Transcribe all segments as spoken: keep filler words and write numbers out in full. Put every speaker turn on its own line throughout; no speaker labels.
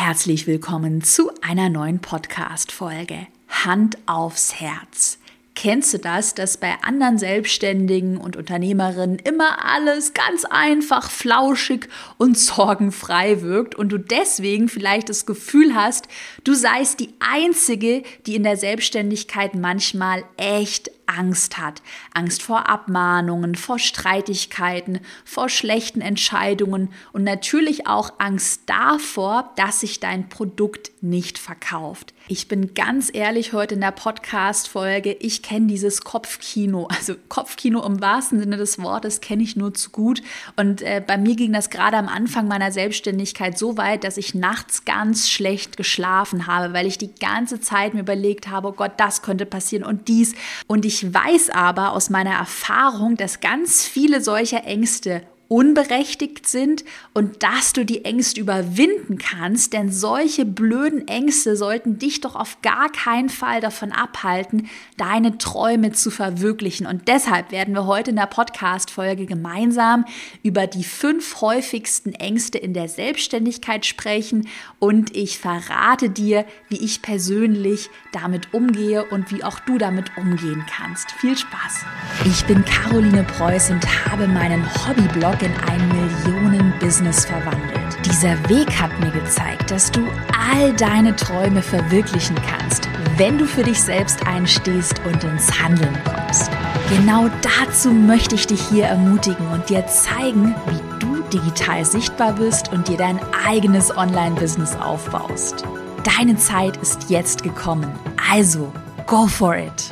Herzlich willkommen zu einer neuen Podcast-Folge. Hand aufs Herz. Kennst du das, dass bei anderen Selbstständigen und Unternehmerinnen immer alles ganz einfach, flauschig und sorgenfrei wirkt und du deswegen vielleicht das Gefühl hast, du seist die Einzige, die in der Selbstständigkeit manchmal echt Angst hat. Angst vor Abmahnungen, vor Streitigkeiten, vor schlechten Entscheidungen und natürlich auch Angst davor, dass sich dein Produkt nicht verkauft. Ich bin ganz ehrlich heute in der Podcast-Folge, ich kenne dieses Kopfkino, also Kopfkino im wahrsten Sinne des Wortes kenne ich nur zu gut und äh, bei mir ging das gerade am Anfang meiner Selbstständigkeit so weit, dass ich nachts ganz schlecht geschlafen habe, weil ich die ganze Zeit mir überlegt habe, oh Gott, das könnte passieren und dies und ich Ich weiß aber aus meiner Erfahrung, dass ganz viele solcher Ängste unberechtigt sind und dass du die Ängste überwinden kannst, denn solche blöden Ängste sollten dich doch auf gar keinen Fall davon abhalten, deine Träume zu verwirklichen. Und deshalb werden wir heute in der Podcast-Folge gemeinsam über die fünf häufigsten Ängste in der Selbstständigkeit sprechen und ich verrate dir, wie ich persönlich damit umgehe und wie auch du damit umgehen kannst. Viel Spaß! Ich bin Caroline Preuß und habe meinen Hobbyblog in ein Millionen-Business verwandelt. Dieser Weg hat mir gezeigt, dass du all deine Träume verwirklichen kannst, wenn du für dich selbst einstehst und ins Handeln kommst. Genau dazu möchte ich dich hier ermutigen und dir zeigen, wie du digital sichtbar bist und dir dein eigenes Online-Business aufbaust. Deine Zeit ist jetzt gekommen, also go for it!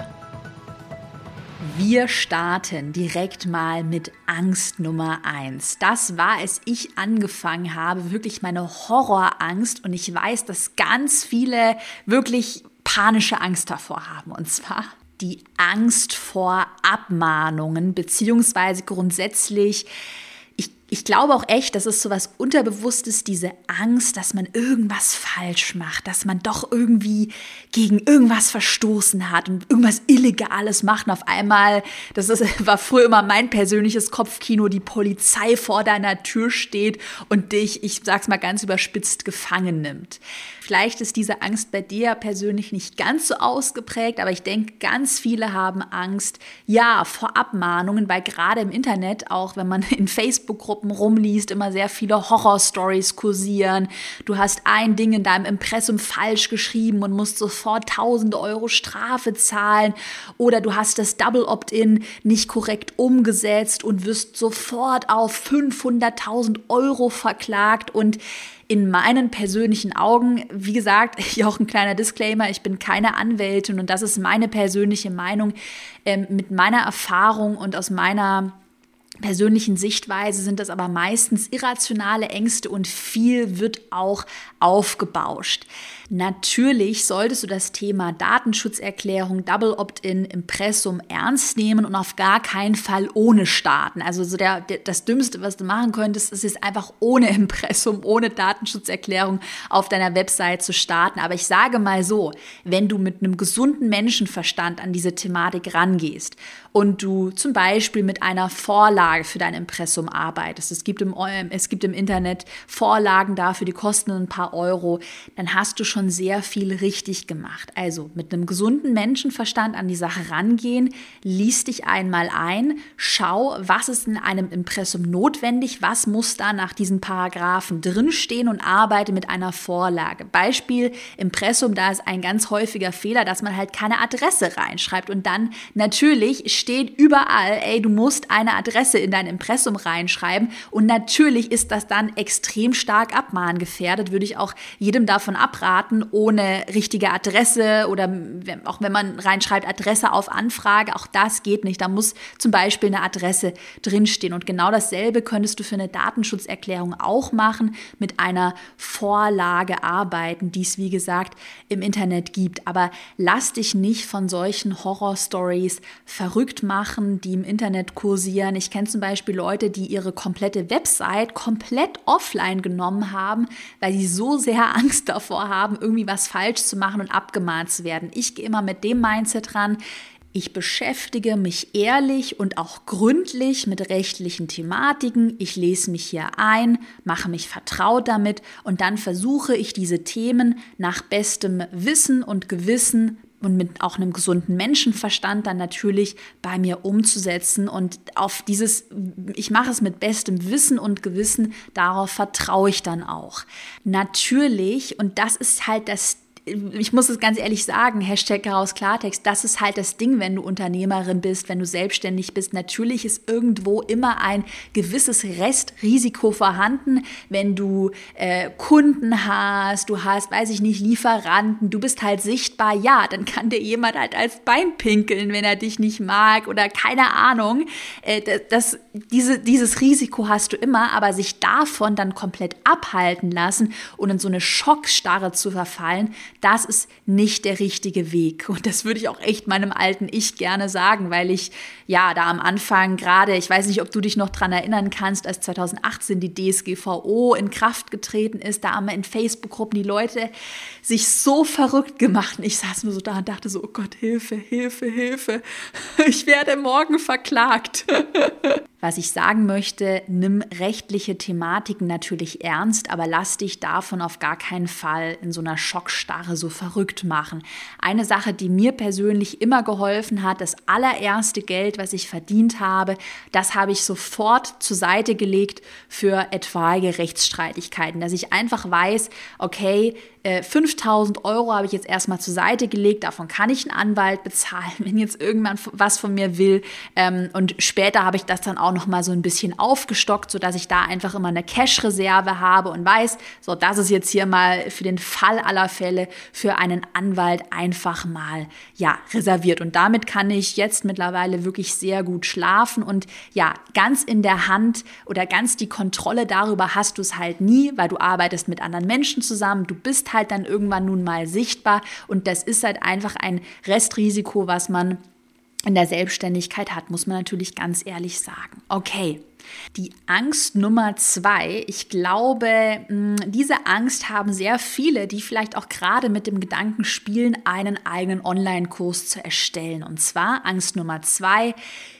Wir starten direkt mal mit Angst Nummer eins. Das war, als ich angefangen habe, wirklich meine Horrorangst. Und ich weiß, dass ganz viele wirklich panische Angst davor haben. Und zwar die Angst vor Abmahnungen, beziehungsweise grundsätzlich Ich, ich glaube auch echt, das ist so was Unterbewusstes, diese Angst, dass man irgendwas falsch macht, dass man doch irgendwie gegen irgendwas verstoßen hat und irgendwas Illegales macht. Und auf einmal, das ist, war früher immer mein persönliches Kopfkino, die Polizei vor deiner Tür steht und dich, ich sag's mal ganz überspitzt, gefangen nimmt. Vielleicht ist diese Angst bei dir persönlich nicht ganz so ausgeprägt, aber ich denke, ganz viele haben Angst, ja, vor Abmahnungen, weil gerade im Internet, auch wenn man in Facebook-Gruppen rumliest, immer sehr viele Horror-Stories kursieren. Du hast ein Ding in deinem Impressum falsch geschrieben und musst sofort tausend Euro Strafe zahlen oder du hast das Double Opt-in nicht korrekt umgesetzt und wirst sofort auf fünfhunderttausend Euro verklagt und in meinen persönlichen Augen, wie gesagt, hier auch ein kleiner Disclaimer, ich bin keine Anwältin und das ist meine persönliche Meinung, ähm, mit meiner Erfahrung und aus meiner persönlichen Sichtweise sind das aber meistens irrationale Ängste und viel wird auch aufgebauscht. Natürlich solltest du das Thema Datenschutzerklärung, Double Opt-in, Impressum ernst nehmen und auf gar keinen Fall ohne starten. Also so der, der, das Dümmste, was du machen könntest, ist es einfach ohne Impressum, ohne Datenschutzerklärung auf deiner Website zu starten. Aber ich sage mal so, wenn du mit einem gesunden Menschenverstand an diese Thematik rangehst und du zum Beispiel mit einer Vorlage für dein Impressum arbeitest, es gibt im, es gibt im Internet Vorlagen dafür, die kosten ein paar Euro, dann hast du schon sehr viel richtig gemacht. Also mit einem gesunden Menschenverstand an die Sache rangehen, lies dich einmal ein, schau, was ist in einem Impressum notwendig, was muss da nach diesen Paragraphen drinstehen und arbeite mit einer Vorlage. Beispiel Impressum, da ist ein ganz häufiger Fehler, dass man halt keine Adresse reinschreibt und dann natürlich steht überall, ey, du musst eine Adresse in dein Impressum reinschreiben und natürlich ist das dann extrem stark abmahngefährdet, würde ich auch jedem davon abraten, ohne richtige Adresse oder auch wenn man reinschreibt Adresse auf Anfrage, auch das geht nicht. Da muss zum Beispiel eine Adresse drinstehen und genau dasselbe könntest du für eine Datenschutzerklärung auch machen, mit einer Vorlage arbeiten, die es wie gesagt im Internet gibt. Aber lass dich nicht von solchen Horror-Stories verrückt machen, die im Internet kursieren. Ich kenne zum Beispiel Leute, die ihre komplette Website komplett offline genommen haben, weil sie so sehr Angst davor haben, irgendwie was falsch zu machen und abgemahnt zu werden. Ich gehe immer mit dem Mindset ran, Ich beschäftige mich ehrlich und auch gründlich mit rechtlichen Thematiken. Ich lese mich hier ein, mache mich vertraut damit und dann versuche ich diese Themen nach bestem Wissen und Gewissen und mit auch einem gesunden Menschenverstand dann natürlich bei mir umzusetzen. Und auf dieses, ich mache es mit bestem Wissen und Gewissen, darauf vertraue ich dann auch. Natürlich, und das ist halt das Ich muss es ganz ehrlich sagen, Hashtag raus Klartext, das ist halt das Ding, wenn du Unternehmerin bist, wenn du selbstständig bist. Natürlich ist irgendwo immer ein gewisses Restrisiko vorhanden, wenn du äh, Kunden hast, du hast, weiß ich nicht, Lieferanten, du bist halt sichtbar, ja, dann kann dir jemand halt als Bein pinkeln, wenn er dich nicht mag oder keine Ahnung. Äh, das, diese, dieses Risiko hast du immer, aber sich davon dann komplett abhalten lassen und in so eine Schockstarre zu verfallen, das ist nicht der richtige Weg. Und das würde ich auch echt meinem alten Ich gerne sagen, weil ich ja da am Anfang gerade, ich weiß nicht, ob du dich noch dran erinnern kannst, als zwanzig achtzehn die D S G V O in Kraft getreten ist, da haben wir in Facebook-Gruppen die Leute sich so verrückt gemacht. Und ich saß nur so da und dachte so, oh Gott, Hilfe, Hilfe, Hilfe. Ich werde morgen verklagt. Was ich sagen möchte, nimm rechtliche Thematiken natürlich ernst, aber lass dich davon auf gar keinen Fall in so einer Schockstarre so verrückt machen. Eine Sache, die mir persönlich immer geholfen hat, das allererste Geld, was ich verdient habe, das habe ich sofort zur Seite gelegt für etwaige Rechtsstreitigkeiten, dass ich einfach weiß, okay, fünftausend Euro habe ich jetzt erstmal zur Seite gelegt, davon kann ich einen Anwalt bezahlen, wenn jetzt irgendwann was von mir will. Und später habe ich das dann auch noch mal so ein bisschen aufgestockt, sodass ich da einfach immer eine Cash-Reserve habe und weiß, so, das ist jetzt hier mal für den Fall aller Fälle für einen Anwalt einfach mal, ja, reserviert. Und damit kann ich jetzt mittlerweile wirklich sehr gut schlafen und ja, ganz in der Hand oder ganz die Kontrolle darüber hast du es halt nie, weil du arbeitest mit anderen Menschen zusammen, du bist halt dann irgendwann nun mal sichtbar und das ist halt einfach ein Restrisiko, was man in der Selbstständigkeit hat, muss man natürlich ganz ehrlich sagen. Okay. Die Angst Nummer zwei, ich glaube, diese Angst haben sehr viele, die vielleicht auch gerade mit dem Gedanken spielen, einen eigenen Online-Kurs zu erstellen. Und zwar Angst Nummer zwei,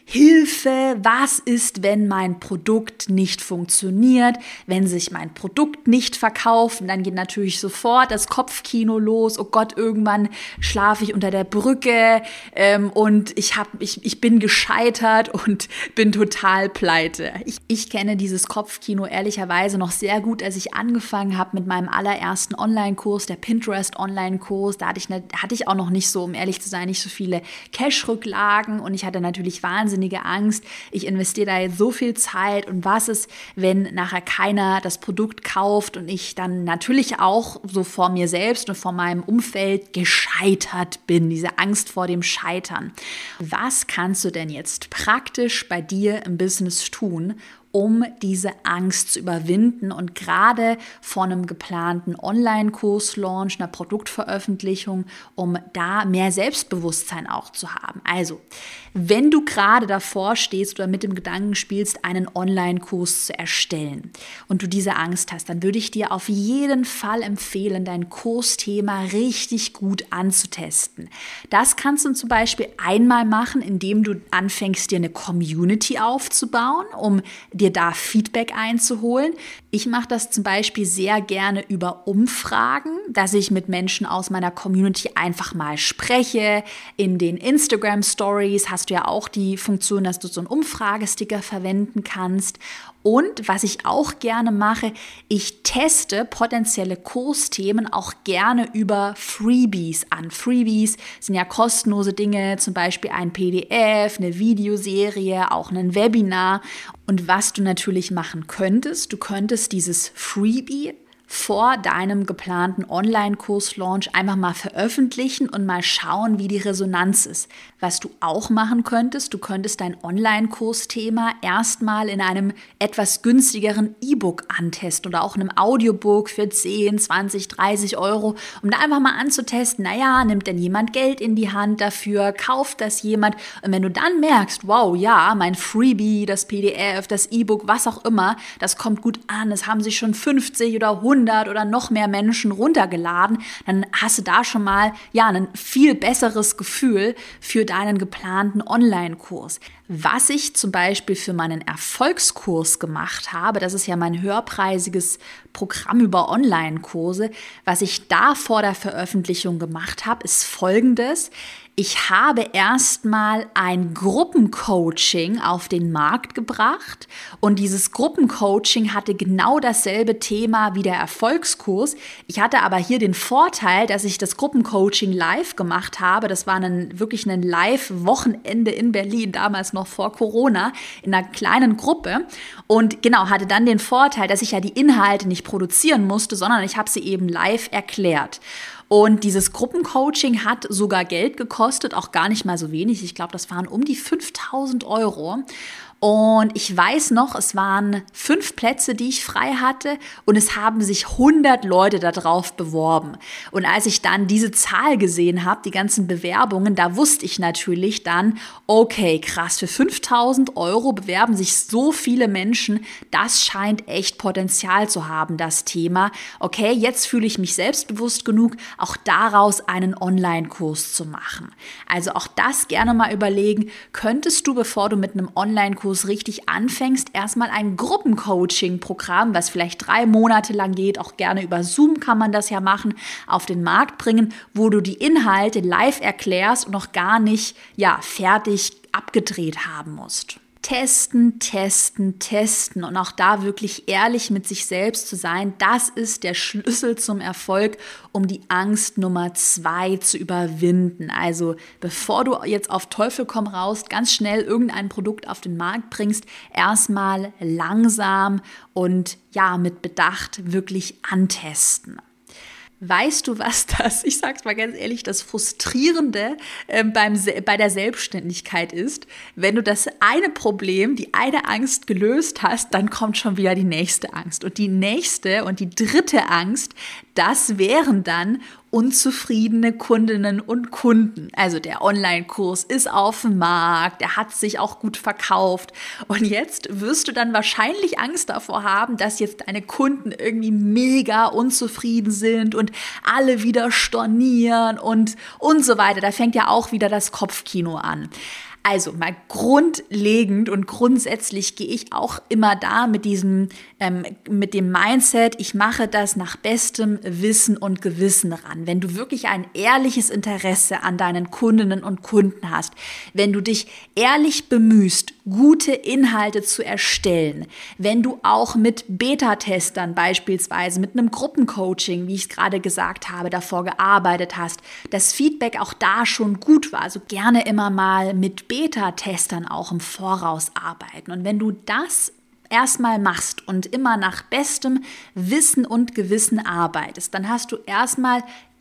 Hilfe, was ist, wenn mein Produkt nicht funktioniert, wenn sich mein Produkt nicht verkauft? Und dann geht natürlich sofort das Kopfkino los, oh Gott, irgendwann schlafe ich unter der Brücke ähm, und ich, hab, ich, ich bin gescheitert und bin total pleite. Ich, ich kenne dieses Kopfkino ehrlicherweise noch sehr gut, als ich angefangen habe mit meinem allerersten Online-Kurs, der Pinterest-Online-Kurs. Da hatte ich, ne, hatte ich auch noch nicht so, um ehrlich zu sein, nicht so viele Cash-Rücklagen und ich hatte natürlich wahnsinnige Angst. Ich investiere da jetzt so viel Zeit und was ist, wenn nachher keiner das Produkt kauft und ich dann natürlich auch so vor mir selbst und vor meinem Umfeld gescheitert bin, diese Angst vor dem Scheitern. Was kannst du denn jetzt praktisch bei dir im Business tun, um diese Angst zu überwinden und gerade vor einem geplanten Online-Kurs-Launch, einer Produktveröffentlichung, um da mehr Selbstbewusstsein auch zu haben. Also, wenn du gerade davor stehst oder mit dem Gedanken spielst, einen Online-Kurs zu erstellen und du diese Angst hast, dann würde ich dir auf jeden Fall empfehlen, dein Kursthema richtig gut anzutesten. Das kannst du zum Beispiel einmal machen, indem du anfängst, dir eine Community aufzubauen, um dir da Feedback einzuholen. Ich mache das zum Beispiel sehr gerne über Umfragen, dass ich mit Menschen aus meiner Community einfach mal spreche. In den Instagram Stories hast du ja auch die Funktion, dass du so einen Umfragesticker verwenden kannst. Und was ich auch gerne mache, ich teste potenzielle Kursthemen auch gerne über Freebies an. Freebies sind ja kostenlose Dinge, zum Beispiel ein P D F, eine Videoserie, auch ein Webinar. Und was du natürlich machen könntest, du könntest dieses Freebie vor deinem geplanten Online-Kurs-Launch einfach mal veröffentlichen und mal schauen, wie die Resonanz ist. Was du auch machen könntest, du könntest dein Online-Kurs-Thema erstmal in einem etwas günstigeren E-Book antesten oder auch in einem Audiobook für zehn, zwanzig, dreißig Euro, um da einfach mal anzutesten, naja, nimmt denn jemand Geld in die Hand dafür, kauft das jemand? Und wenn du dann merkst, wow, ja, mein Freebie, das P D F, das E-Book, was auch immer, das kommt gut an, es haben sich schon fünfzig oder hundert hundert oder noch mehr Menschen runtergeladen, dann hast du da schon mal ja ein viel besseres Gefühl für deinen geplanten Online-Kurs. Was ich zum Beispiel für meinen Erfolgskurs gemacht habe, das ist ja mein höherpreisiges Programm über Online-Kurse, was ich da vor der Veröffentlichung gemacht habe, ist Folgendes. Ich habe erstmal ein Gruppencoaching auf den Markt gebracht und dieses Gruppencoaching hatte genau dasselbe Thema wie der Erfolgskurs. Ich hatte aber hier den Vorteil, dass ich das Gruppencoaching live gemacht habe. Das war ein, wirklich ein Live-Wochenende in Berlin, damals noch vor Corona, in einer kleinen Gruppe. Und genau, hatte dann den Vorteil, dass ich ja die Inhalte nicht produzieren musste, sondern ich habe sie eben live erklärt. Und dieses Gruppencoaching hat sogar Geld gekostet, auch gar nicht mal so wenig. Ich glaube, das waren um die fünftausend Euro. Und ich weiß noch, es waren fünf Plätze, die ich frei hatte und es haben sich hundert Leute darauf beworben. Und als ich dann diese Zahl gesehen habe, die ganzen Bewerbungen, da wusste ich natürlich dann, okay, krass, für fünftausend Euro bewerben sich so viele Menschen, das scheint echt Potenzial zu haben, das Thema. Okay, jetzt fühle ich mich selbstbewusst genug, auch daraus einen Online-Kurs zu machen. Also auch das gerne mal überlegen, könntest du, bevor du mit einem Online-Kurs richtig anfängst, erstmal ein Gruppencoaching-Programm, was vielleicht drei Monate lang geht, auch gerne über Zoom kann man das ja machen, auf den Markt bringen, wo du die Inhalte live erklärst und noch gar nicht ja, fertig abgedreht haben musst. Testen, testen, testen und auch da wirklich ehrlich mit sich selbst zu sein, das ist der Schlüssel zum Erfolg, um die Angst Nummer zwei zu überwinden. Also bevor du jetzt auf Teufel komm raus ganz schnell irgendein Produkt auf den Markt bringst, erstmal langsam und ja mit Bedacht wirklich antesten. Weißt du, was das, ich sag's mal ganz ehrlich, das Frustrierende äh, beim, bei der Selbstständigkeit ist? Wenn du das eine Problem, die eine Angst gelöst hast, dann kommt schon wieder die nächste Angst. Und die nächste und die dritte Angst, das wären dann unzufriedene Kundinnen und Kunden. Also der Online-Kurs ist auf dem Markt, der hat sich auch gut verkauft und jetzt wirst du dann wahrscheinlich Angst davor haben, dass jetzt deine Kunden irgendwie mega unzufrieden sind und alle wieder stornieren und, und so weiter. Da fängt ja auch wieder das Kopfkino an. Also mal grundlegend und grundsätzlich gehe ich auch immer da mit diesem, ähm, mit dem Mindset, ich mache das nach bestem Wissen und Gewissen ran. Wenn du wirklich ein ehrliches Interesse an deinen Kundinnen und Kunden hast, wenn du dich ehrlich bemühst, gute Inhalte zu erstellen, wenn du auch mit Beta-Testern beispielsweise, mit einem Gruppencoaching, wie ich es gerade gesagt habe, davor gearbeitet hast, das Feedback auch da schon gut war, also gerne immer mal mit Beta-Testern auch im Voraus arbeiten. Und wenn du das erstmal machst und immer nach bestem Wissen und Gewissen arbeitest, dann hast du erstmal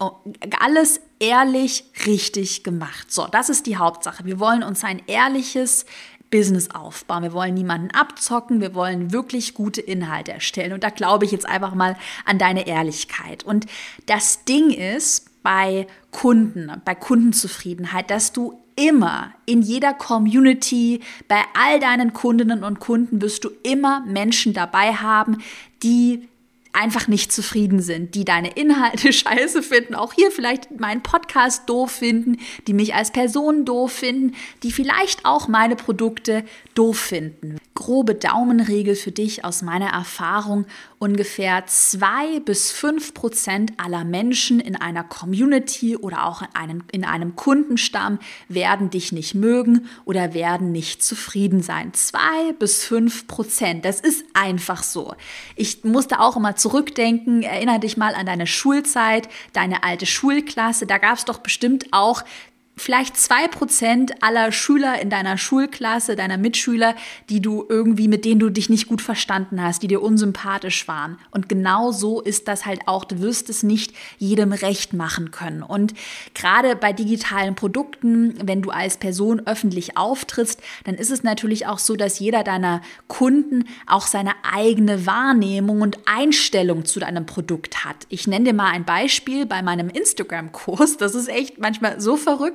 alles ehrlich richtig gemacht. So, das ist die Hauptsache. Wir wollen uns ein ehrliches Business aufbauen. Wir wollen niemanden abzocken, wir wollen wirklich gute Inhalte erstellen. Und da glaube ich jetzt einfach mal an deine Ehrlichkeit. Und das Ding ist bei Kunden, bei Kundenzufriedenheit, dass du immer in jeder Community, bei all deinen Kundinnen und Kunden wirst du immer Menschen dabei haben, die einfach nicht zufrieden sind, die deine Inhalte scheiße finden, auch hier vielleicht meinen Podcast doof finden, die mich als Person doof finden, die vielleicht auch meine Produkte doof finden. Grobe Daumenregel für dich aus meiner Erfahrung: ungefähr zwei bis fünf Prozent aller Menschen in einer Community oder auch in einem, in einem Kundenstamm werden dich nicht mögen oder werden nicht zufrieden sein. Zwei bis fünf Prozent, das ist einfach so. Ich musste auch immer zurückdenken, erinnere dich mal an deine Schulzeit, deine alte Schulklasse, da gab es doch bestimmt auch vielleicht zwei Prozent aller Schüler in deiner Schulklasse, deiner Mitschüler, die du irgendwie, mit denen du dich nicht gut verstanden hast, die dir unsympathisch waren. Und genau so ist das halt auch. Du wirst es nicht jedem recht machen können. Und gerade bei digitalen Produkten, wenn du als Person öffentlich auftrittst, dann ist es natürlich auch so, dass jeder deiner Kunden auch seine eigene Wahrnehmung und Einstellung zu deinem Produkt hat. Ich nenne dir mal ein Beispiel bei meinem Instagram-Kurs. Das ist echt manchmal so verrückt.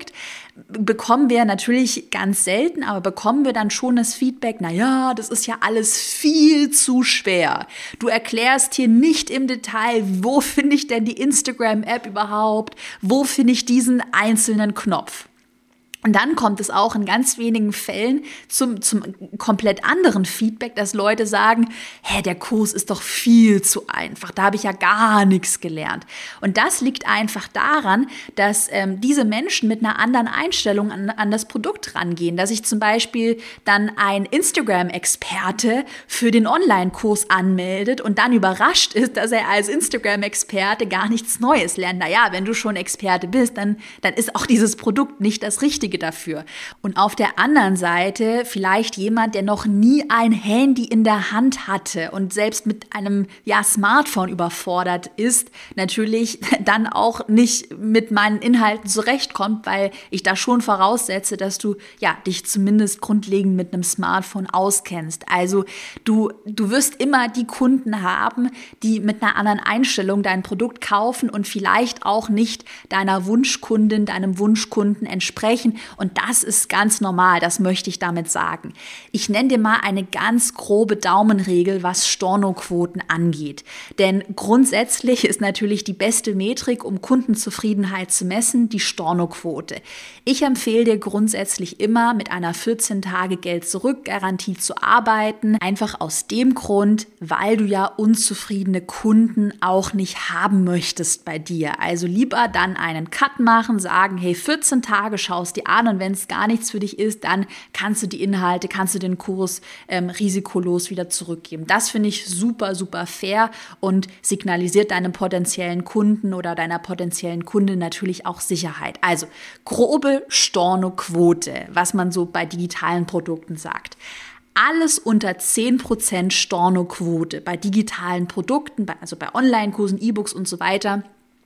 Produkt, bekommen wir natürlich ganz selten, aber bekommen wir dann schon das Feedback, naja, das ist ja alles viel zu schwer. Du erklärst hier nicht im Detail, wo finde ich denn die Instagram-App überhaupt, wo finde ich diesen einzelnen Knopf. Und dann kommt es auch in ganz wenigen Fällen zum, zum komplett anderen Feedback, dass Leute sagen, hä, der Kurs ist doch viel zu einfach, da habe ich ja gar nichts gelernt. Und das liegt einfach daran, dass ähm, diese Menschen mit einer anderen Einstellung an, an das Produkt rangehen, dass sich zum Beispiel dann ein Instagram-Experte für den Online-Kurs anmeldet und dann überrascht ist, dass er als Instagram-Experte gar nichts Neues lernt. Naja, wenn du schon Experte bist, dann, dann ist auch dieses Produkt nicht das Richtige dafür. Und auf der anderen Seite vielleicht jemand, der noch nie ein Handy in der Hand hatte und selbst mit einem ja, Smartphone überfordert ist, natürlich dann auch nicht mit meinen Inhalten zurechtkommt, weil ich da schon voraussetze, dass du ja dich zumindest grundlegend mit einem Smartphone auskennst. Also du, du wirst immer die Kunden haben, die mit einer anderen Einstellung dein Produkt kaufen und vielleicht auch nicht deiner Wunschkundin, deinem Wunschkunden entsprechen. Und das ist ganz normal, das möchte ich damit sagen. Ich nenne dir mal eine ganz grobe Daumenregel, was Stornoquoten angeht. Denn grundsätzlich ist natürlich die beste Metrik, um Kundenzufriedenheit zu messen, die Stornoquote. Ich empfehle dir grundsätzlich immer, mit einer vierzehn Tage Geld-Zurück-Garantie zu arbeiten. Einfach aus dem Grund, weil du ja unzufriedene Kunden auch nicht haben möchtest bei dir. Also lieber dann einen Cut machen, sagen, hey, vierzehn Tage schaust dir an und wenn es gar nichts für dich ist, dann kannst du die Inhalte, kannst du den Kurs ähm, risikolos wieder zurückgeben. Das finde ich super, super fair und signalisiert deinem potenziellen Kunden oder deiner potenziellen Kundin natürlich auch Sicherheit. Also grobe Stornoquote, was man so bei digitalen Produkten sagt. Alles unter zehn Prozent Stornoquote bei digitalen Produkten, also bei Online-Kursen, E-Books und so weiter,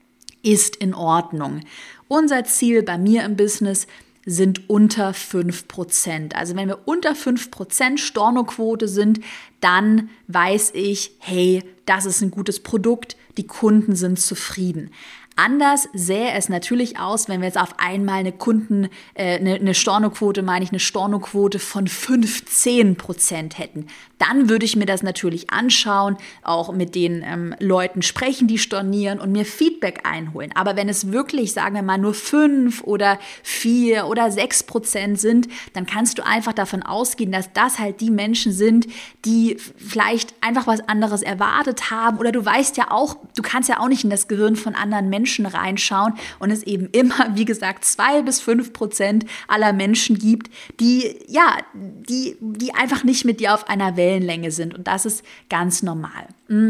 ist in Ordnung. Unser Ziel bei mir im Business sind unter fünf Prozent. Also wenn wir unter fünf Prozent Stornoquote sind, dann weiß ich, hey, das ist ein gutes Produkt, die Kunden sind zufrieden. Anders sähe es natürlich aus, wenn wir jetzt auf einmal eine Kunden, äh, eine, eine Stornoquote, meine ich, eine Stornoquote von fünfzehn Prozent hätten. Dann würde ich mir das natürlich anschauen, auch mit den ähm, Leuten sprechen, die stornieren und mir Feedback einholen. Aber wenn es wirklich, sagen wir mal, nur fünf oder vier oder sechs Prozent sind, dann kannst du einfach davon ausgehen, dass das halt die Menschen sind, die vielleicht einfach was anderes erwartet haben. Oder du weißt ja auch, du kannst ja auch nicht in das Gehirn von anderen Menschen Menschen reinschauen und es eben immer, wie gesagt, zwei bis fünf Prozent aller Menschen gibt, die, ja, die, die einfach nicht mit dir auf einer Wellenlänge sind. Und das ist ganz normal.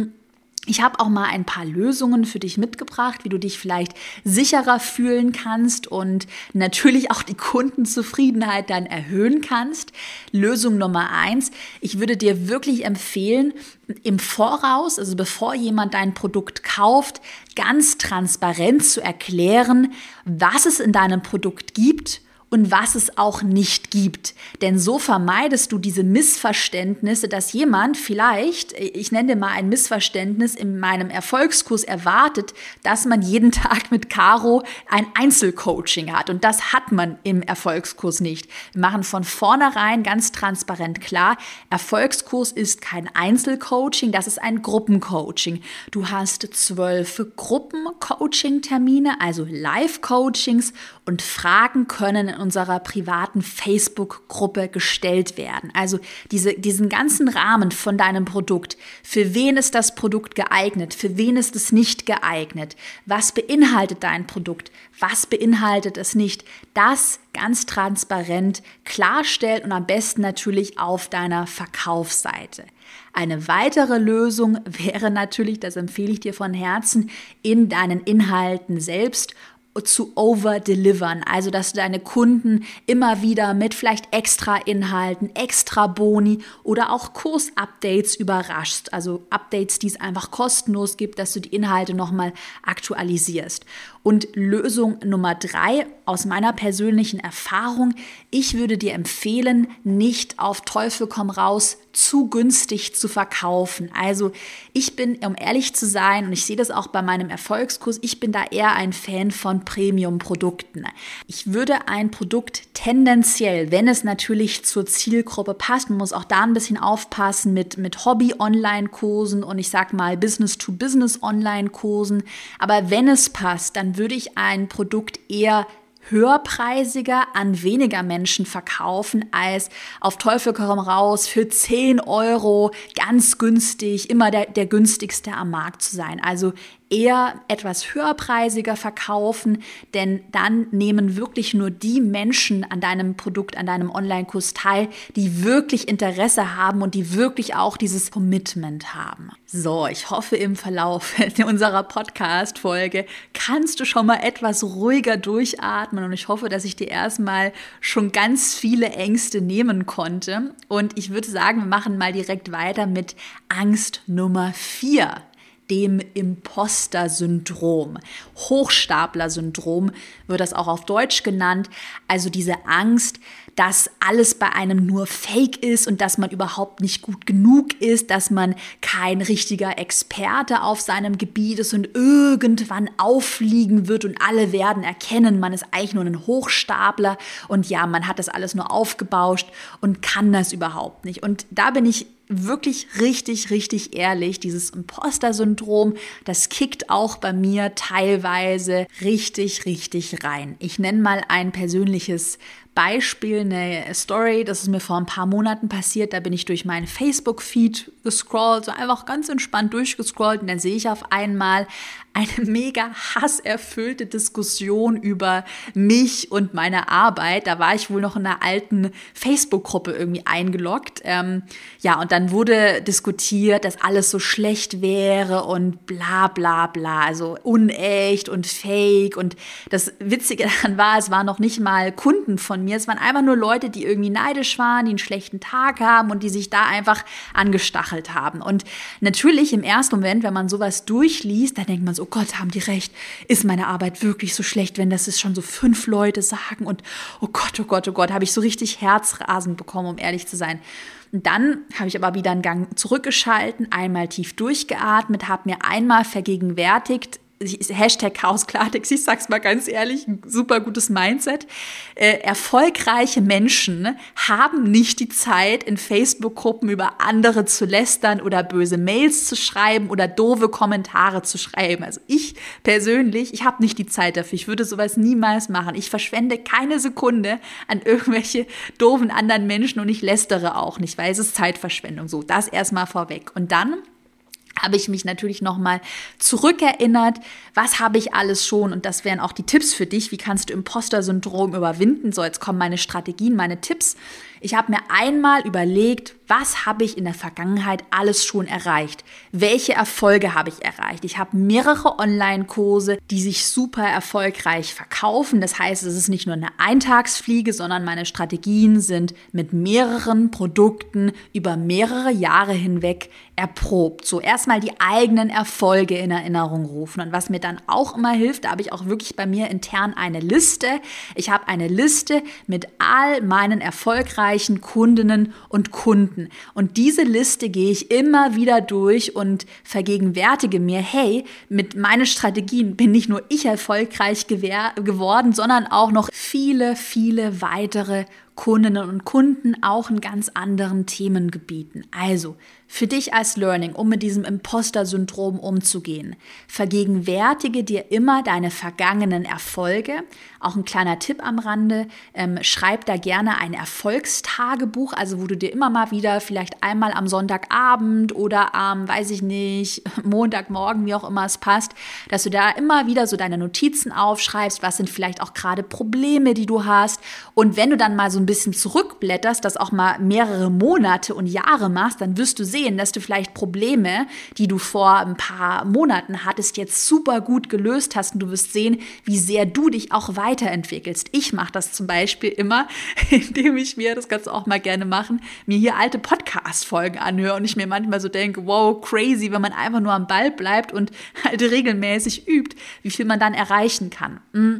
Ich habe auch mal ein paar Lösungen für dich mitgebracht, wie du dich vielleicht sicherer fühlen kannst und natürlich auch die Kundenzufriedenheit dann erhöhen kannst. Lösung Nummer eins, ich würde dir wirklich empfehlen, im Voraus, also bevor jemand dein Produkt kauft, ganz transparent zu erklären, was es in deinem Produkt gibt und was es auch nicht gibt. Denn so vermeidest du diese Missverständnisse, dass jemand vielleicht, ich nenne dir mal ein Missverständnis, in meinem Erfolgskurs erwartet, dass man jeden Tag mit Caro ein Einzelcoaching hat. Und das hat man im Erfolgskurs nicht. Wir machen von vornherein ganz transparent klar, Erfolgskurs ist kein Einzelcoaching, das ist ein Gruppencoaching. Du hast zwölf Gruppencoaching-Termine, also Live-Coachings, und Fragen können in unserer privaten Facebook-Gruppe gestellt werden. Also diese, diesen ganzen Rahmen von deinem Produkt. Für wen ist das Produkt geeignet? Für wen ist es nicht geeignet? Was beinhaltet dein Produkt? Was beinhaltet es nicht? Das ganz transparent klarstellen und am besten natürlich auf deiner Verkaufsseite. Eine weitere Lösung wäre natürlich, das empfehle ich dir von Herzen, in deinen Inhalten selbst zu overdelivern, also dass du deine Kunden immer wieder mit vielleicht extra Inhalten, extra Boni oder auch Kursupdates überraschst, also Updates, die es einfach kostenlos gibt, dass du die Inhalte nochmal aktualisierst. Und Lösung Nummer drei, aus meiner persönlichen Erfahrung, ich würde dir empfehlen, nicht auf Teufel komm raus zu günstig zu verkaufen. Also ich bin, um ehrlich zu sein, und ich sehe das auch bei meinem Erfolgskurs, ich bin da eher ein Fan von Premium-Produkten. Ich würde ein Produkt tendenziell, wenn es natürlich zur Zielgruppe passt, man muss auch da ein bisschen aufpassen mit, mit Hobby-Online-Kursen und ich sag mal Business-to-Business-Online-Kursen, aber wenn es passt, dann würde ich ein Produkt eher höherpreisiger an weniger Menschen verkaufen, als auf Teufel komm raus für zehn Euro ganz günstig, immer der, der günstigste am Markt zu sein. Also eher etwas höherpreisiger verkaufen, denn dann nehmen wirklich nur die Menschen an deinem Produkt, an deinem Online-Kurs teil, die wirklich Interesse haben und die wirklich auch dieses Commitment haben. So, ich hoffe, im Verlauf unserer Podcast-Folge kannst du schon mal etwas ruhiger durchatmen und ich hoffe, dass ich dir erstmal schon ganz viele Ängste nehmen konnte. Und ich würde sagen, wir machen mal direkt weiter mit Angst Nummer vier. Dem Imposter-Syndrom. Hochstapler-Syndrom wird das auch auf Deutsch genannt. Also diese Angst, dass alles bei einem nur Fake ist und dass man überhaupt nicht gut genug ist, dass man kein richtiger Experte auf seinem Gebiet ist und irgendwann auffliegen wird und alle werden erkennen, man ist eigentlich nur ein Hochstapler und ja, man hat das alles nur aufgebauscht und kann das überhaupt nicht. Und da bin ich wirklich richtig, richtig ehrlich, dieses Imposter-Syndrom, das kickt auch bei mir teilweise richtig, richtig rein. Ich nenne mal ein persönliches Beispiel, eine Story, das ist mir vor ein paar Monaten passiert, da bin ich durch meinen Facebook-Feed gescrollt, so einfach ganz entspannt durchgescrollt und dann sehe ich auf einmal eine mega hasserfüllte Diskussion über mich und meine Arbeit. Da war ich wohl noch in einer alten Facebook-Gruppe irgendwie eingeloggt. Ähm, ja, und dann wurde diskutiert, dass alles so schlecht wäre und bla bla bla, also unecht und fake. Und das Witzige daran war, es waren noch nicht mal Kunden von mir, es waren einfach nur Leute, die irgendwie neidisch waren, die einen schlechten Tag haben und die sich da einfach angestachelt haben. Und natürlich im ersten Moment, wenn man sowas durchliest, da denkt man so, oh Gott, haben die recht, ist meine Arbeit wirklich so schlecht, wenn das ist schon so fünf Leute sagen und oh Gott, oh Gott, oh Gott, habe ich so richtig Herzrasen bekommen, um ehrlich zu sein. Und dann habe ich aber wieder einen Gang zurückgeschalten, einmal tief durchgeatmet, habe mir einmal vergegenwärtigt, Hashtag Chaos Klartext, ich sag's mal ganz ehrlich, ein super gutes Mindset. Äh, erfolgreiche Menschen haben nicht die Zeit, in Facebook-Gruppen über andere zu lästern oder böse Mails zu schreiben oder doofe Kommentare zu schreiben. Also ich persönlich, ich habe nicht die Zeit dafür. Ich würde sowas niemals machen. Ich verschwende keine Sekunde an irgendwelche doofen anderen Menschen und ich lästere auch nicht, weil es ist Zeitverschwendung. So, das erstmal vorweg. Und dann habe ich mich natürlich nochmal zurückerinnert, was habe ich alles schon, und das wären auch die Tipps für dich, wie kannst du Imposter-Syndrom überwinden. So, jetzt kommen meine Strategien, meine Tipps. Ich habe mir einmal überlegt, was habe ich in der Vergangenheit alles schon erreicht? Welche Erfolge habe ich erreicht? Ich habe mehrere Online-Kurse, die sich super erfolgreich verkaufen. Das heißt, es ist nicht nur eine Eintagsfliege, sondern meine Strategien sind mit mehreren Produkten über mehrere Jahre hinweg erprobt. So erstmal die eigenen Erfolge in Erinnerung rufen. Und was mir dann auch immer hilft, da habe ich auch wirklich bei mir intern eine Liste. Ich habe eine Liste mit all meinen erfolgreichen Kundinnen und Kunden. Und diese Liste gehe ich immer wieder durch und vergegenwärtige mir, hey, mit meinen Strategien bin nicht nur ich erfolgreich gewehr- geworden, sondern auch noch viele, viele weitere Kundinnen und Kunden, auch in ganz anderen Themengebieten. Also für dich als Learning, um mit diesem Imposter-Syndrom umzugehen, vergegenwärtige dir immer deine vergangenen Erfolge. Auch ein kleiner Tipp am Rande, ähm, schreib da gerne ein Erfolgstagebuch, also wo du dir immer mal wieder vielleicht einmal am Sonntagabend oder am, weiß ich nicht, Montagmorgen, wie auch immer es passt, dass du da immer wieder so deine Notizen aufschreibst, was sind vielleicht auch gerade Probleme, die du hast. Und wenn du dann mal so ein bisschen zurückblätterst, das auch mal mehrere Monate und Jahre machst, dann wirst du sehen, dass du vielleicht Probleme, die du vor ein paar Monaten hattest, jetzt super gut gelöst hast und du wirst sehen, wie sehr du dich auch weiterentwickelst. Ich mache das zum Beispiel immer, indem ich mir, das kannst du auch mal gerne machen, mir hier alte Podcast-Folgen anhöre und ich mir manchmal so denke, wow, crazy, wenn man einfach nur am Ball bleibt und halt regelmäßig übt, wie viel man dann erreichen kann. Mhm.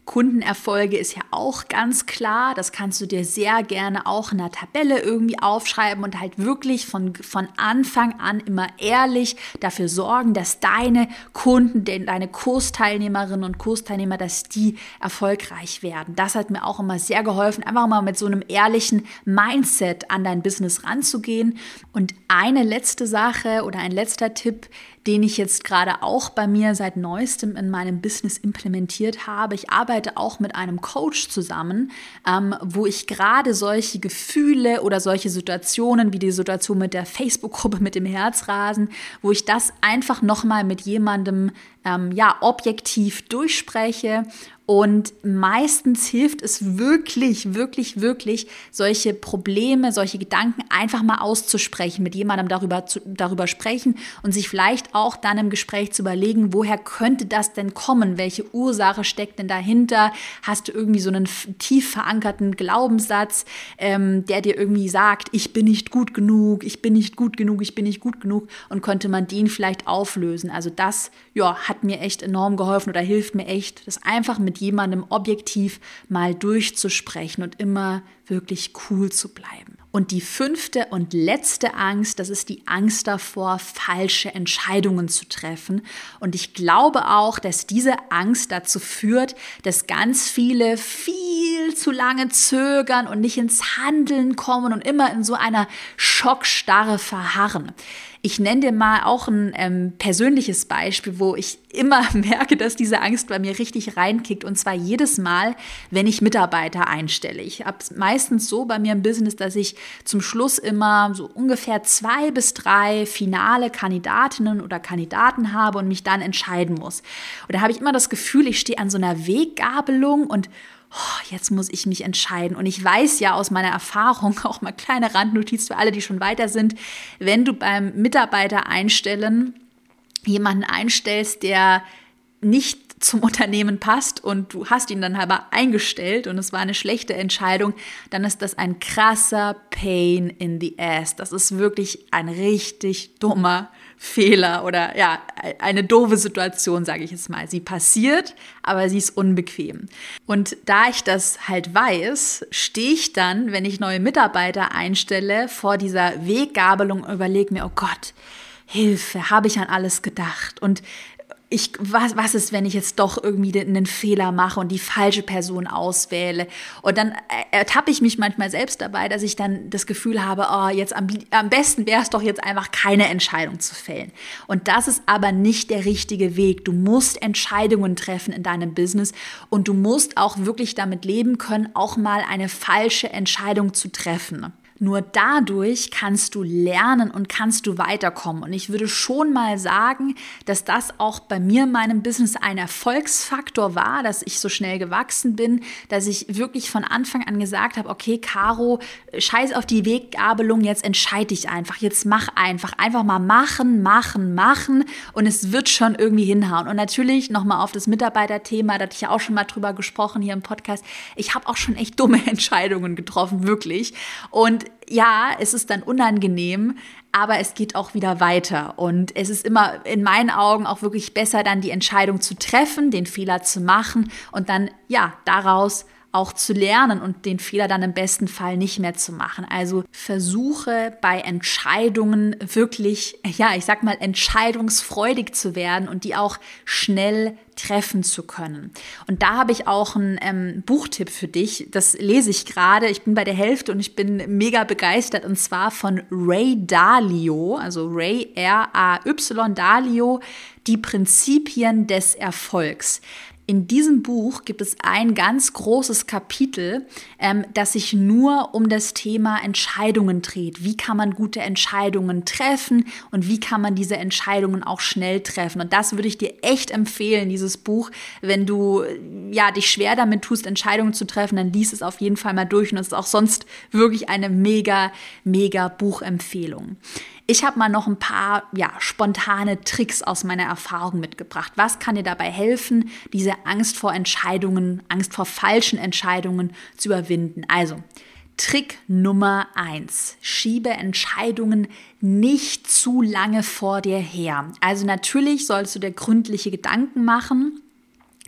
Kundenerfolge ist ja auch ganz klar. Das kannst du dir sehr gerne auch in einer Tabelle irgendwie aufschreiben und halt wirklich von, von Anfang an immer ehrlich dafür sorgen, dass deine Kunden, deine Kursteilnehmerinnen und Kursteilnehmer, dass die erfolgreich werden. Das hat mir auch immer sehr geholfen, einfach mal mit so einem ehrlichen Mindset an dein Business ranzugehen. Und eine letzte Sache oder ein letzter Tipp, den ich jetzt gerade auch bei mir seit neuestem in meinem Business implementiert habe. Ich arbeite auch mit einem Coach zusammen, ähm, wo ich gerade solche Gefühle oder solche Situationen wie die Situation mit der Facebook-Gruppe mit dem Herzrasen, wo ich das einfach nochmal mit jemandem ähm, ja, objektiv durchspreche. Und meistens hilft es wirklich, wirklich, wirklich, solche Probleme, solche Gedanken einfach mal auszusprechen, mit jemandem darüber, zu, darüber sprechen und sich vielleicht auch dann im Gespräch zu überlegen, woher könnte das denn kommen? Welche Ursache steckt denn dahinter? Hast du irgendwie so einen tief verankerten Glaubenssatz, ähm, der dir irgendwie sagt, ich bin nicht gut genug, ich bin nicht gut genug, ich bin nicht gut genug, und könnte man den vielleicht auflösen? Also das, ja, hat mir echt enorm geholfen oder hilft mir echt, das einfach mit jemandem objektiv mal durchzusprechen und immer wirklich cool zu bleiben. Und die fünfte und letzte Angst, das ist die Angst davor, falsche Entscheidungen zu treffen. Und ich glaube auch, dass diese Angst dazu führt, dass ganz viele viel zu lange zögern und nicht ins Handeln kommen und immer in so einer Schockstarre verharren. Ich nenne dir mal auch ein ähm, persönliches Beispiel, wo ich immer merke, dass diese Angst bei mir richtig reinkickt. Und zwar jedes Mal, wenn ich Mitarbeiter einstelle. Ich habe es meistens so bei mir im Business, dass ich zum Schluss immer so ungefähr zwei bis drei finale Kandidatinnen oder Kandidaten habe und mich dann entscheiden muss. Und da habe ich immer das Gefühl, ich stehe an so einer Weggabelung und oh, jetzt muss ich mich entscheiden. Und ich weiß ja aus meiner Erfahrung, auch mal kleine Randnotiz für alle, die schon weiter sind, wenn du beim Mitarbeiter einstellen jemanden einstellst, der nicht zum Unternehmen passt und du hast ihn dann aber eingestellt und es war eine schlechte Entscheidung, dann ist das ein krasser Pain in the ass. Das ist wirklich ein richtig dummer Fehler oder ja, eine doofe Situation, sage ich jetzt mal. Sie passiert, aber sie ist unbequem. Und da ich das halt weiß, stehe ich dann, wenn ich neue Mitarbeiter einstelle, vor dieser Weggabelung und überlege mir, oh Gott, Hilfe, habe ich an alles gedacht? Und Ich, was, was ist, wenn ich jetzt doch irgendwie einen Fehler mache und die falsche Person auswähle? Und dann ertappe ich mich manchmal selbst dabei, dass ich dann das Gefühl habe, oh, jetzt am, am besten wäre es doch jetzt einfach keine Entscheidung zu fällen. Und das ist aber nicht der richtige Weg. Du musst Entscheidungen treffen in deinem Business und du musst auch wirklich damit leben können, auch mal eine falsche Entscheidung zu treffen. Nur dadurch kannst du lernen und kannst du weiterkommen. Und ich würde schon mal sagen, dass das auch bei mir in meinem Business ein Erfolgsfaktor war, dass ich so schnell gewachsen bin, dass ich wirklich von Anfang an gesagt habe, okay, Caro, scheiß auf die Weggabelung, jetzt entscheide dich einfach, jetzt mach einfach, einfach mal machen, machen, machen und es wird schon irgendwie hinhauen. Und natürlich nochmal auf das Mitarbeiterthema, da hatte ich ja auch schon mal drüber gesprochen hier im Podcast, ich habe auch schon echt dumme Entscheidungen getroffen, wirklich. Und ja, es ist dann unangenehm, aber es geht auch wieder weiter. Und es ist immer in meinen Augen auch wirklich besser, dann die Entscheidung zu treffen, den Fehler zu machen und dann, ja, daraus auch zu lernen und den Fehler dann im besten Fall nicht mehr zu machen. Also versuche bei Entscheidungen wirklich, ja, ich sag mal, entscheidungsfreudig zu werden und die auch schnell treffen zu können. Und da habe ich auch einen ähm, Buchtipp für dich. Das lese ich gerade. Ich bin bei der Hälfte und ich bin mega begeistert. Und zwar von Ray Dalio, also Ray R A Y Dalio, Die Prinzipien des Erfolgs. In diesem Buch gibt es ein ganz großes Kapitel, ähm, das sich nur um das Thema Entscheidungen dreht. Wie kann man gute Entscheidungen treffen und wie kann man diese Entscheidungen auch schnell treffen? Und das würde ich dir echt empfehlen, dieses Buch. Wenn du ja, dich schwer damit tust, Entscheidungen zu treffen, dann lies es auf jeden Fall mal durch. Und es ist auch sonst wirklich eine mega, mega Buchempfehlung. Ich habe mal noch ein paar ja, spontane Tricks aus meiner Erfahrung mitgebracht. Was kann dir dabei helfen, diese Angst vor Entscheidungen, Angst vor falschen Entscheidungen zu überwinden? Also, Trick Nummer eins. Schiebe Entscheidungen nicht zu lange vor dir her. Also natürlich sollst du dir gründliche Gedanken machen,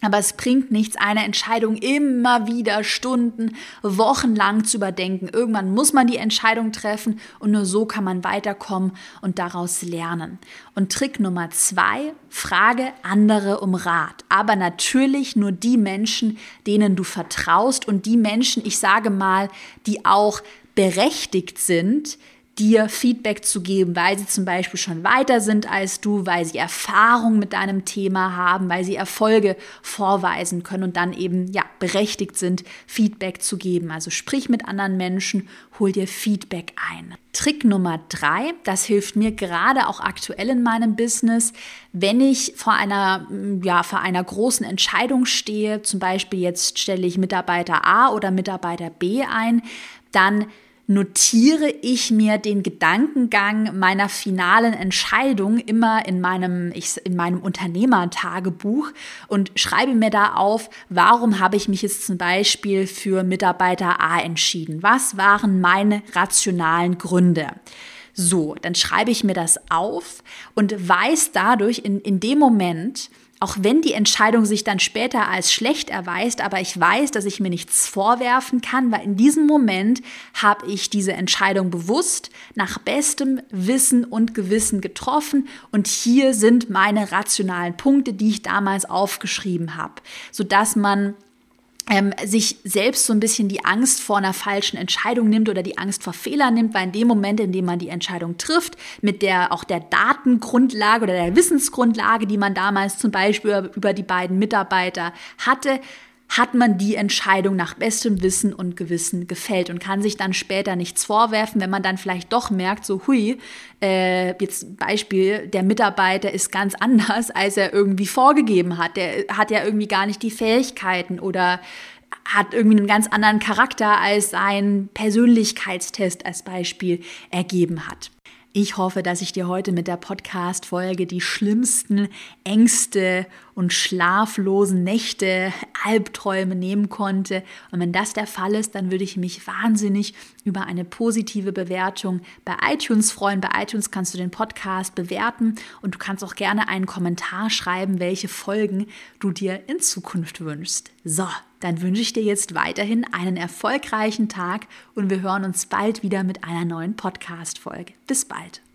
Aber es bringt nichts, eine Entscheidung immer wieder Stunden, Wochen lang zu überdenken. Irgendwann muss man die Entscheidung treffen und nur so kann man weiterkommen und daraus lernen. Und Trick Nummer zwei, frage andere um Rat. Aber natürlich nur die Menschen, denen du vertraust und die Menschen, ich sage mal, die auch berechtigt sind, dir Feedback zu geben, weil sie zum Beispiel schon weiter sind als du, weil sie Erfahrung mit deinem Thema haben, weil sie Erfolge vorweisen können und dann eben ja berechtigt sind, Feedback zu geben. Also sprich mit anderen Menschen, hol dir Feedback ein. Trick Nummer drei, das hilft mir gerade auch aktuell in meinem Business, wenn ich vor einer, ja, vor einer großen Entscheidung stehe, zum Beispiel jetzt stelle ich Mitarbeiter A oder Mitarbeiter B ein, dann notiere ich mir den Gedankengang meiner finalen Entscheidung immer in meinem, ich, in meinem Unternehmertagebuch und schreibe mir da auf, warum habe ich mich jetzt zum Beispiel für Mitarbeiter A entschieden? Was waren meine rationalen Gründe? So, dann schreibe ich mir das auf und weiß dadurch in, in dem Moment, auch wenn die Entscheidung sich dann später als schlecht erweist, aber ich weiß, dass ich mir nichts vorwerfen kann, weil in diesem Moment habe ich diese Entscheidung bewusst nach bestem Wissen und Gewissen getroffen und hier sind meine rationalen Punkte, die ich damals aufgeschrieben habe, sodass man Ähm, sich selbst so ein bisschen die Angst vor einer falschen Entscheidung nimmt oder die Angst vor Fehlern nimmt, weil in dem Moment, in dem man die Entscheidung trifft, mit der auch der Datengrundlage oder der Wissensgrundlage, die man damals zum Beispiel über die beiden Mitarbeiter hatte, hat man die Entscheidung nach bestem Wissen und Gewissen gefällt und kann sich dann später nichts vorwerfen, wenn man dann vielleicht doch merkt, so hui, äh, jetzt Beispiel, der Mitarbeiter ist ganz anders, als er irgendwie vorgegeben hat. Der hat ja irgendwie gar nicht die Fähigkeiten oder hat irgendwie einen ganz anderen Charakter, als sein Persönlichkeitstest als Beispiel ergeben hat. Ich hoffe, dass ich dir heute mit der Podcast-Folge die schlimmsten Ängste und schlaflosen Nächte, Albträume nehmen konnte. Und wenn das der Fall ist, dann würde ich mich wahnsinnig über eine positive Bewertung bei iTunes freuen. Bei iTunes kannst du den Podcast bewerten und du kannst auch gerne einen Kommentar schreiben, welche Folgen du dir in Zukunft wünschst. So, dann wünsche ich dir jetzt weiterhin einen erfolgreichen Tag und wir hören uns bald wieder mit einer neuen Podcast-Folge. Bis bald.